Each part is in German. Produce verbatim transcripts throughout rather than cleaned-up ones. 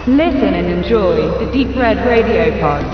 Listen and enjoy the Deep Red Radio Pod.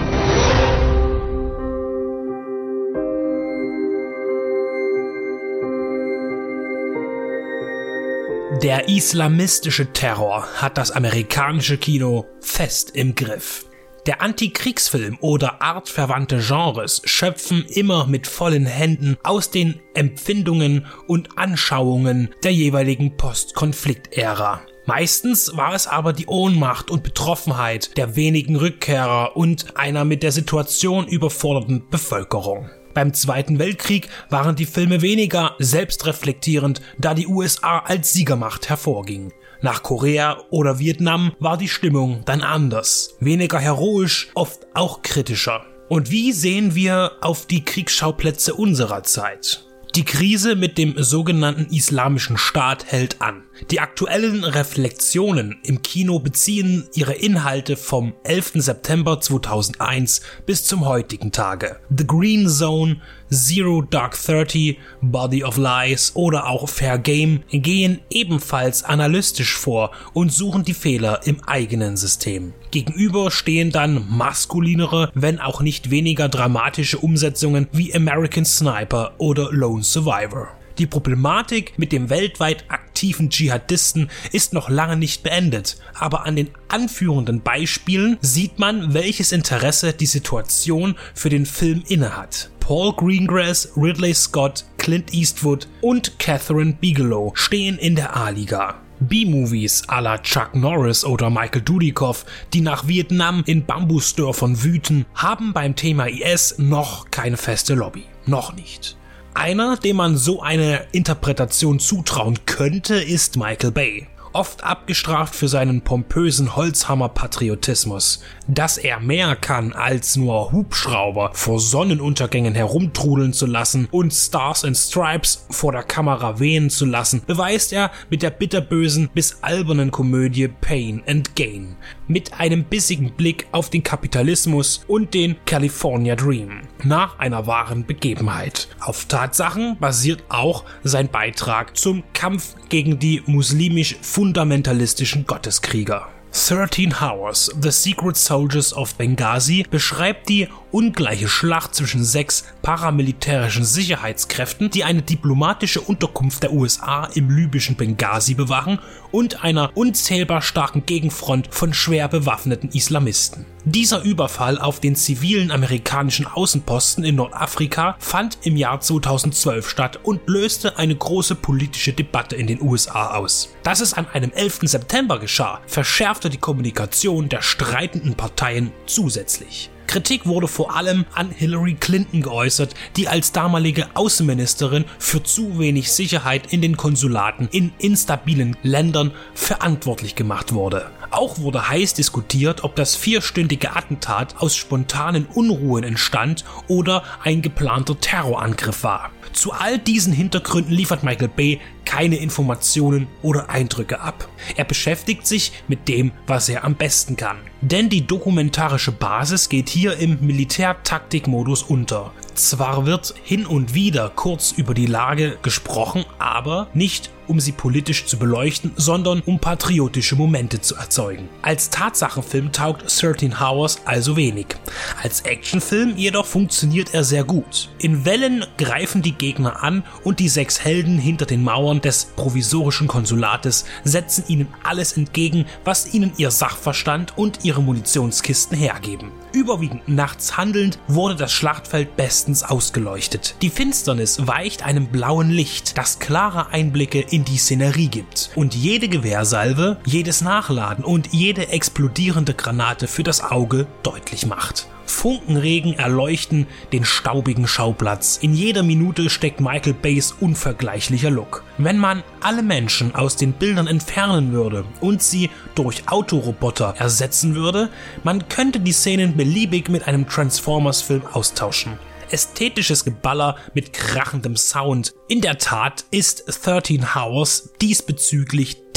Der islamistische Terror hat das amerikanische Kino fest im Griff. Der Antikriegsfilm oder artverwandte Genres schöpfen immer mit vollen Händen aus den Empfindungen und Anschauungen der jeweiligen Post-Konflikt-Ära. Meistens war es aber die Ohnmacht und Betroffenheit der wenigen Rückkehrer und einer mit der Situation überforderten Bevölkerung. Beim Zweiten Weltkrieg waren die Filme weniger selbstreflektierend, da die U S A als Siegermacht hervorging. Nach Korea oder Vietnam war die Stimmung dann anders, weniger heroisch, oft auch kritischer. Und wie sehen wir auf die Kriegsschauplätze unserer Zeit? Die Krise mit dem sogenannten Islamischen Staat hält an. Die aktuellen Reflexionen im Kino beziehen ihre Inhalte vom elften September zweitausendeins bis zum heutigen Tage. The Green Zone, Zero Dark Thirty, Body of Lies oder auch Fair Game gehen ebenfalls analytisch vor und suchen die Fehler im eigenen System. Gegenüber stehen dann maskulinere, wenn auch nicht weniger dramatische Umsetzungen wie American Sniper oder Lone Survivor. Die Problematik mit dem weltweit aktiven Dschihadisten ist noch lange nicht beendet, aber an den anführenden Beispielen sieht man, welches Interesse die Situation für den Film innehat. Paul Greengrass, Ridley Scott, Clint Eastwood und Catherine Bigelow stehen in der A-Liga. B-Movies à la Chuck Norris oder Michael Dudikoff, die nach Vietnam in Bambusdörfern wüten, haben beim Thema I S noch keine feste Lobby. Noch nicht. Einer, dem man so eine Interpretation zutrauen könnte, ist Michael Bay. Oft abgestraft für seinen pompösen Holzhammer-Patriotismus. Dass er mehr kann, als nur Hubschrauber vor Sonnenuntergängen herumtrudeln zu lassen und Stars and Stripes vor der Kamera wehen zu lassen, beweist er mit der bitterbösen bis albernen Komödie Pain and Gain. Mit einem bissigen Blick auf den Kapitalismus und den California Dream. Nach einer wahren Begebenheit. Auf Tatsachen basiert auch sein Beitrag zum Kampf gegen die muslimisch fundamentalistischen Gotteskrieger. thirteen Hours, The Secret Soldiers of Benghazi beschreibt die ungleiche Schlacht zwischen sechs paramilitärischen Sicherheitskräften, die eine diplomatische Unterkunft der U S A im libyschen Benghazi bewachen, und einer unzählbar starken Gegenfront von schwer bewaffneten Islamisten. Dieser Überfall auf den zivilen amerikanischen Außenposten in Nordafrika fand im Jahr zweitausendzwölf statt und löste eine große politische Debatte in den U S A aus. Dass es an einem elften September geschah, verschärfte die Kommunikation der streitenden Parteien zusätzlich. Kritik wurde vor allem an Hillary Clinton geäußert, die als damalige Außenministerin für zu wenig Sicherheit in den Konsulaten in instabilen Ländern verantwortlich gemacht wurde. Auch wurde heiß diskutiert, ob das vierstündige Attentat aus spontanen Unruhen entstand oder ein geplanter Terrorangriff war. Zu all diesen Hintergründen liefert Michael Bay keine Informationen oder Eindrücke ab. Er beschäftigt sich mit dem, was er am besten kann. Denn die dokumentarische Basis geht hier im Militärtaktikmodus unter. Zwar wird hin und wieder kurz über die Lage gesprochen, aber nicht um sie politisch zu beleuchten, sondern um patriotische Momente zu erzeugen. Als Tatsachenfilm taugt thirteen Hours also wenig. Als Actionfilm jedoch funktioniert er sehr gut. In Wellen greifen die Gegner an und die sechs Helden hinter den Mauern des provisorischen Konsulates setzen ihnen alles entgegen, was ihnen ihr Sachverstand und ihre Munitionskisten hergeben. Überwiegend nachts handelnd wurde das Schlachtfeld bestens ausgeleuchtet. Die Finsternis weicht einem blauen Licht, das klare Einblicke in die Szenerie gibt und jede Gewehrsalve, jedes Nachladen und jede explodierende Granate für das Auge deutlich macht. Funkenregen erleuchten den staubigen Schauplatz. In jeder Minute steckt Michael Bays unvergleichlicher Look. Wenn man alle Menschen aus den Bildern entfernen würde und sie durch Autoroboter ersetzen würde, man könnte die Szenen beliebig mit einem Transformers-Film austauschen. Ästhetisches Geballer mit krachendem Sound. In der Tat ist thirteen Hours diesbezüglich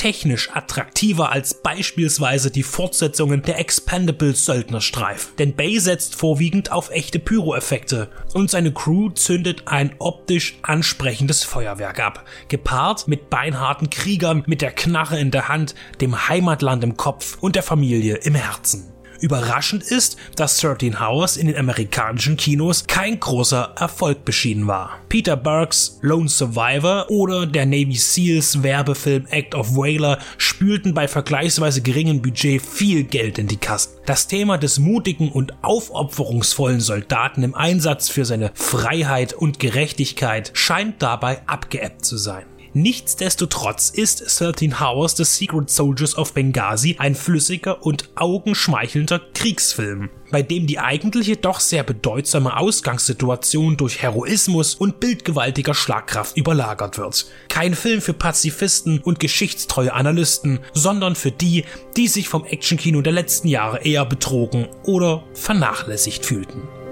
technisch attraktiver als beispielsweise die Fortsetzungen der Expendables-Söldnerstreif. Denn Bay setzt vorwiegend auf echte Pyroeffekte und seine Crew zündet ein optisch ansprechendes Feuerwerk ab, gepaart mit beinharten Kriegern mit der Knarre in der Hand, dem Heimatland im Kopf und der Familie im Herzen. Überraschend ist, dass dreizehn Hours in den amerikanischen Kinos kein großer Erfolg beschieden war. Peter Bergs Lone Survivor oder der Navy Seals Werbefilm Act of Valor spülten bei vergleichsweise geringem Budget viel Geld in die Kassen. Das Thema des mutigen und aufopferungsvollen Soldaten im Einsatz für seine Freiheit und Gerechtigkeit scheint dabei abgeebbt zu sein. Nichtsdestotrotz ist dreizehn Hours The Secret Soldiers of Benghazi ein flüssiger und augenschmeichelnder Kriegsfilm, bei dem die eigentliche doch sehr bedeutsame Ausgangssituation durch Heroismus und bildgewaltiger Schlagkraft überlagert wird. Kein Film für Pazifisten und geschichtstreue Analysten, sondern für die, die sich vom Actionkino der letzten Jahre eher betrogen oder vernachlässigt fühlten.